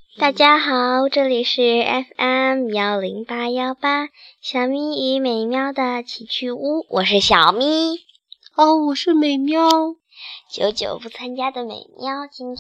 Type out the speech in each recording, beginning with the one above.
大家好，这里是 FM10818 小咪与美喵的奇趣屋，我是小咪。 我是美喵。 久久不参加的美喵，今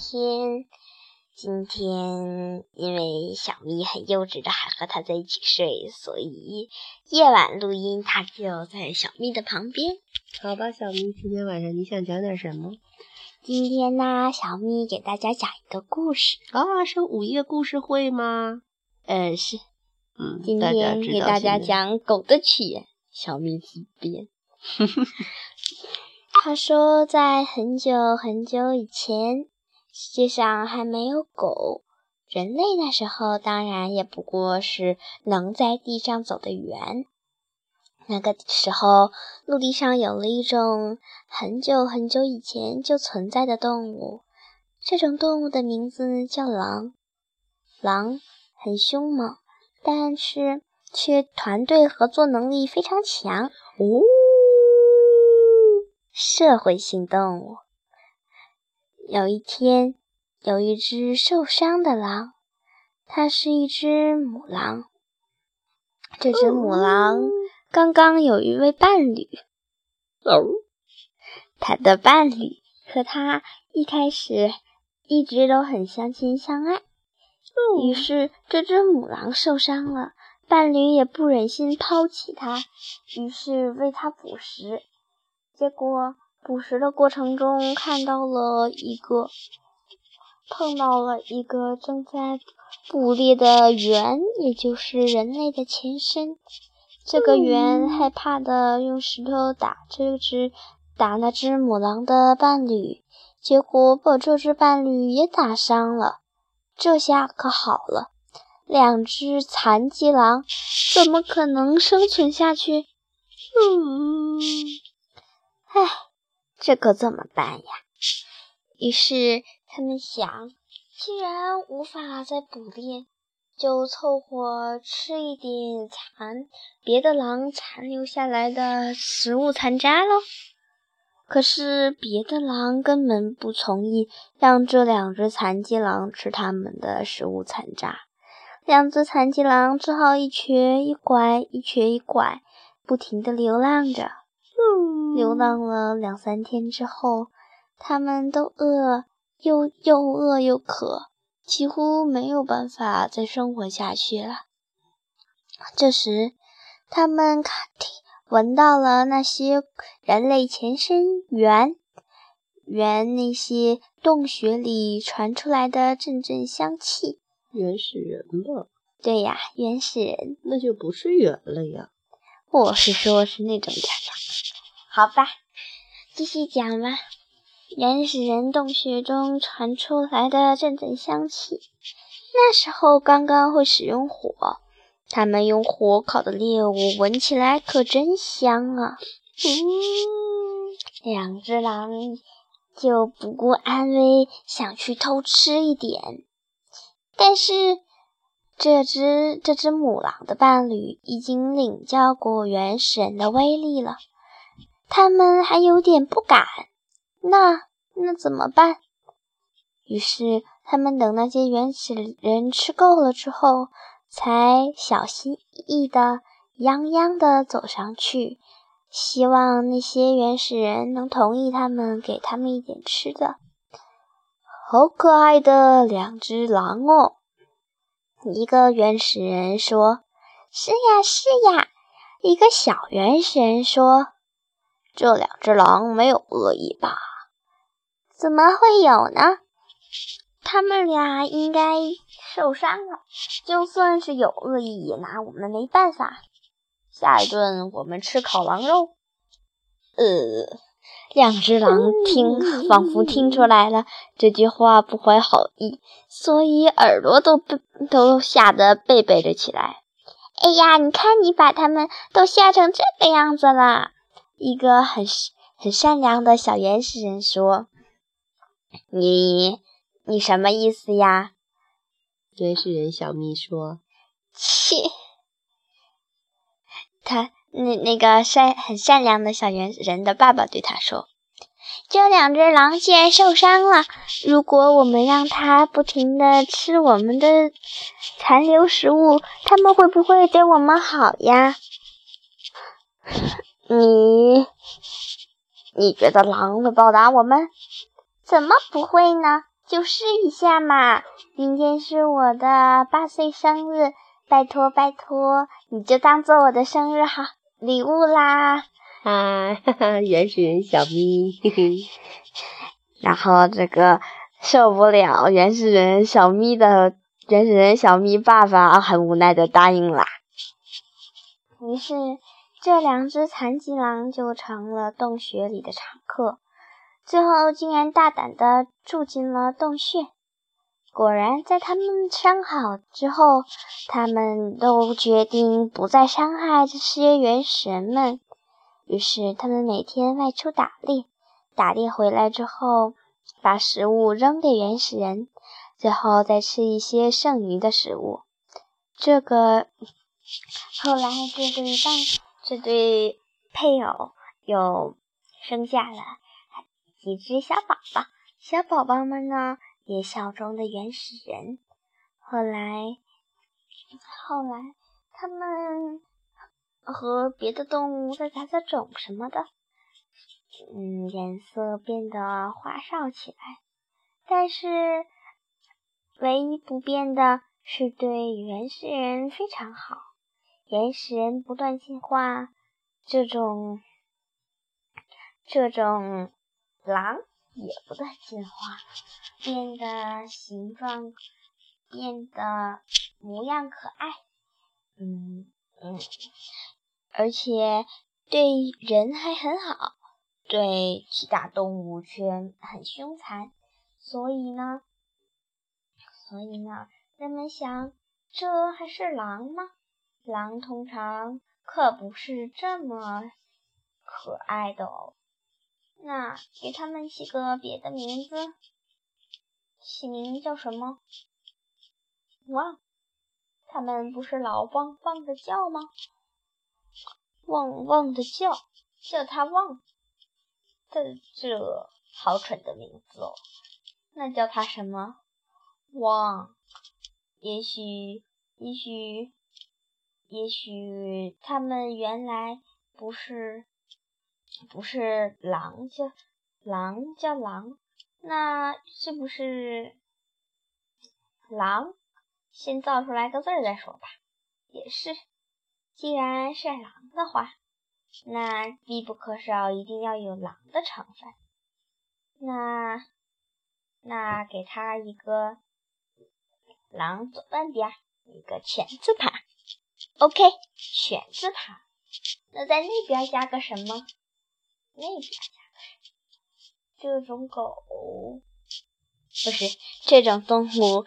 天因为小咪很幼稚的还和他在一起睡，所以夜晚录音他就在小咪的旁边。 好吧，小咪，今天晚上你想讲点什么？ 今天呢，小咪给大家讲一个故事。 是午夜故事会吗？ 是。今天给大家讲狗的起源，小咪自编。他说在很久很久以前，世界上还没有狗，人类那时候当然也不过是能在地上走的猿。那个时候，陆地上有了一种很久很久以前就存在的动物，这种动物的名字叫狼。狼很凶猛，但是却团队合作能力非常强。社会性动物。有一天，有一只受伤的狼，它是一只母狼。这只母狼刚刚有一位伴侣，它的伴侣和它一开始一直都很相亲相爱。于是这只母狼受伤了，伴侣也不忍心抛弃它，于是为它捕食。结果捕食的过程中碰到了一个正在捕猎的猿，也就是人类的前身。这个猿害怕的用石头打那只母狼的伴侣，结果把这只伴侣也打伤了。这下可好了，两只残疾狼怎么可能生存下去？这可怎么办呀？于是他们想，既然无法再捕猎，就凑合吃一点别的狼残留下来的食物残渣咯。可是别的狼根本不同意让这两只残疾狼吃他们的食物残渣。两只残疾狼只好一瘸一拐，不停地流浪着。流浪了2-3天之后，他们都又饿又渴，几乎没有办法再生活下去了。这时他们闻到了那些人类前身猿那些洞穴里传出来的阵阵香气。 原始人吧？ 对呀，原始人。 那就不是猿了呀。 我是说是那种调调。好吧，继续讲吧。原始人洞穴中传出来的阵阵香气，那时候刚刚会使用火，他们用火烤的猎物闻起来可真香啊。两只狼就不顾安危，想去偷吃一点。但是这只母狼的伴侣已经领教过原始人的威力了，他们还有点不敢。那怎么办？于是他们等那些原始人吃够了之后，才小心翼翼地泱泱地走上去，希望那些原始人能同意他们给他们一点吃的。好可爱的两只狼哦！一个原始人说。是呀。一个小原始人说。这两只狼没有恶意吧？怎么会有呢？他们俩应该受伤了，就算是有恶意也拿我们没办法。下一顿我们吃烤狼肉。两只狼仿佛听出来了这句话不怀好意，所以耳朵都吓得背着起来。哎呀，你看你把他们都吓成这个样子了。一个很善良的小原始人说。你什么意思呀？ 原始人小咪说。 切！他那个很善良的小原始人的爸爸对他说。 这两只狼既然受伤了，如果我们让它不停地吃我们的残留食物，它们会不会对我们好呀？你觉得狼会报答我们？怎么不会呢？就试一下嘛！明天是我的8岁生日，拜托，你就当做我的生日好礼物啦！ 原始人小咪， 然后这个受不了原始人小咪爸爸很无奈的答应啦。于是这两只残疾狼就成了洞穴里的常客，最后竟然大胆地住进了洞穴。果然在他们伤好之后，他们都决定不再伤害这些原始人们。于是他们每天外出打猎回来之后，把食物扔给原始人，最后再吃一些剩余的食物。后来这对配偶又生下了几只小宝宝，小宝宝们呢也效忠的原始人。后来他们和别的动物再杂种什么的，颜色变得花哨起来。但是唯一不变的是对原始人非常好。原始人不断进化，这种狼也不断进化，变得形状变得模样可爱，而且对人还很好，对其他动物却很凶残。所以呢，人们想，这还是狼吗？狼通常可不是这么可爱的哦。那给他们起个别的名字，起名叫什么？汪，他们不是老汪汪的叫吗？汪汪的叫他汪，这好蠢的名字哦。那叫他什么？汪。也许他们原来不是狼叫狼，那是不是狼先造出来个字再说吧？也是，既然是狼的话，那必不可少一定要有狼的成分。那给他一个狼左半边一个犬字旁 ，OK， 犬字旁。那在那边加个什么？这种狗不是这种动物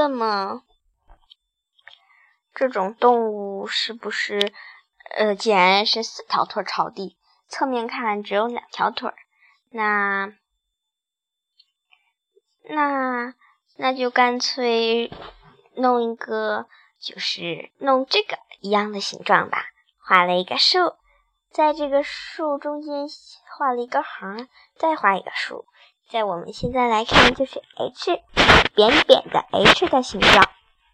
这种动物是不是既然是4条腿朝地，侧面看只有2条腿，那就干脆弄一个，就是弄这个一样的形状吧。画了一个树，在这个树中间画了一个横，再画一个树。在我们现在来看，就是 H， 扁扁的 H 的形状。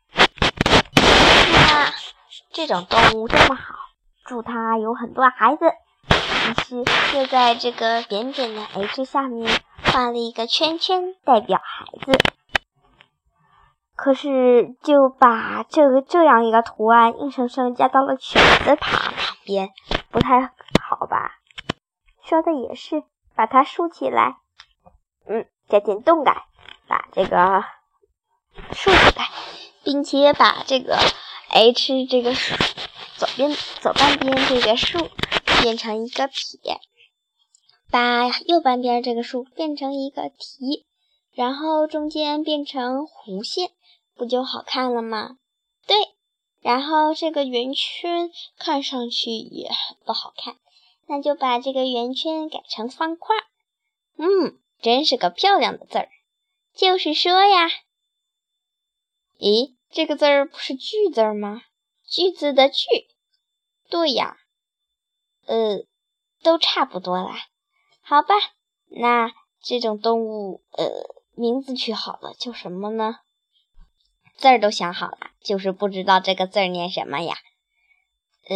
那这种动物这么好，祝它有很多孩子。于是就在这个扁扁的 H 下面画了一个圈圈，代表孩子。可是就把这样一个图案硬生生加到了犬字旁边，不太好吧？说的也是，把它竖起来，加点动感，把这个竖起来，并且把这个 H 这个左半边这个竖变成一个撇，把右半边这个竖变成一个提，然后中间变成弧线，不就好看了吗？对，然后这个圆圈看上去也很不好看，那就把这个圆圈改成方块。真是个漂亮的字儿。就是说呀，咦，这个字儿不是句字吗？句子的句。对呀，都差不多啦。好吧， 那这种动物名字取好了叫什么呢？字儿都想好了，就是不知道这个字儿念什么呀。 就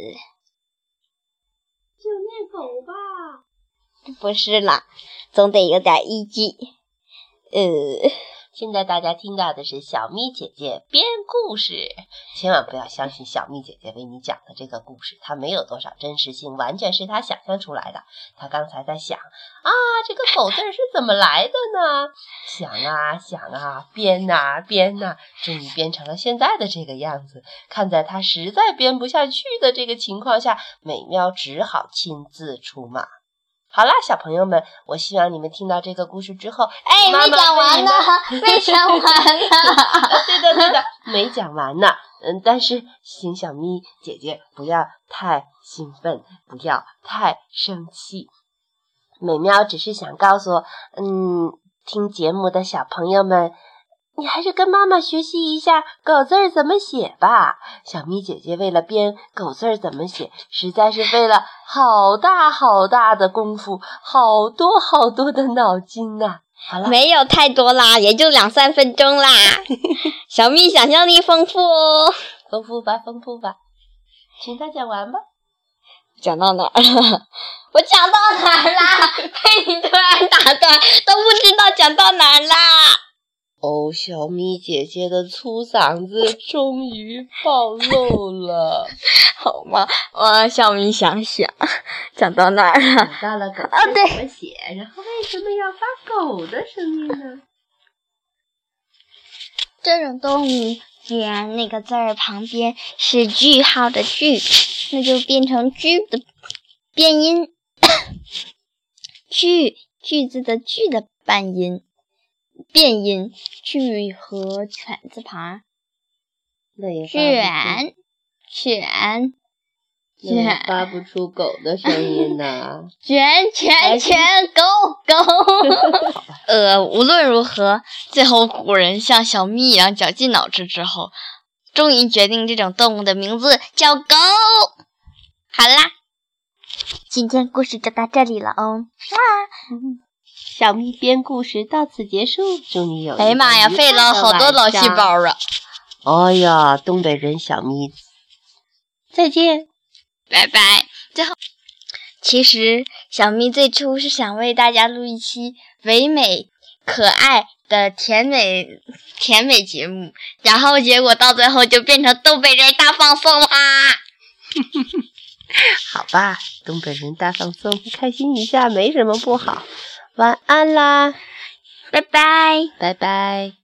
念狗吧。 不是啦，总得有点依据。 现在大家听到的是小咪姐姐编故事，千万不要相信小咪姐姐为你讲的这个故事，它没有多少真实性，完全是她想象出来的。她刚才在想这个狗字是怎么来的呢？想啊想啊，编啊编啊，终于编成了现在的这个样子。看在她实在编不下去的这个情况下，美妙只好亲自出马。好啦，小朋友们，我希望你们听到这个故事之后， 没讲完呢，没讲完呢。 对的，没讲完呢。但是请小咪姐姐不要太兴奋，不要太生气。美妙只是想告诉听节目的小朋友们，你还是跟妈妈学习一下狗字怎么写吧。小咪姐姐为了编狗字怎么写，实在是费了好大好大的功夫，好多好多的脑筋呐。好了， 没有太多啦，也就2-3分钟啦。小咪想象力丰富哦， 丰富吧，请他讲完吧。 讲到哪儿了？我讲到哪儿啦？被你突然打断，都不知道讲到哪儿啦。 小咪姐姐的粗嗓子终于暴露了。 好吗？小咪想想，讲到哪儿了？ 讲到了狗字怎么写，然后为什么要发狗的声音呢？ 这种动物既然那个字儿旁边是句号的句，那就变成句的变音，句子的句的半音。变音，句和犬字旁，犬， 发不出狗的声音呢。 卷，狗。无论如何，最后古人像小咪一样绞尽脑汁之后，终于决定这种动物的名字叫狗。好啦，今天故事就到这里了哦。 小咪编故事到此结束，祝你有一个愉快的晚上。 哎呀妈呀，费了好多脑细胞啊！ 哎呀，东北人小咪，再见， 拜拜。最后，其实小咪最初是想为大家录一期唯美可爱的甜美节目，然后结果到最后就变成东北人大放送啦。 好吧，东北人大放送，开心一下没什么不好。晚安啦， 拜拜， 拜拜。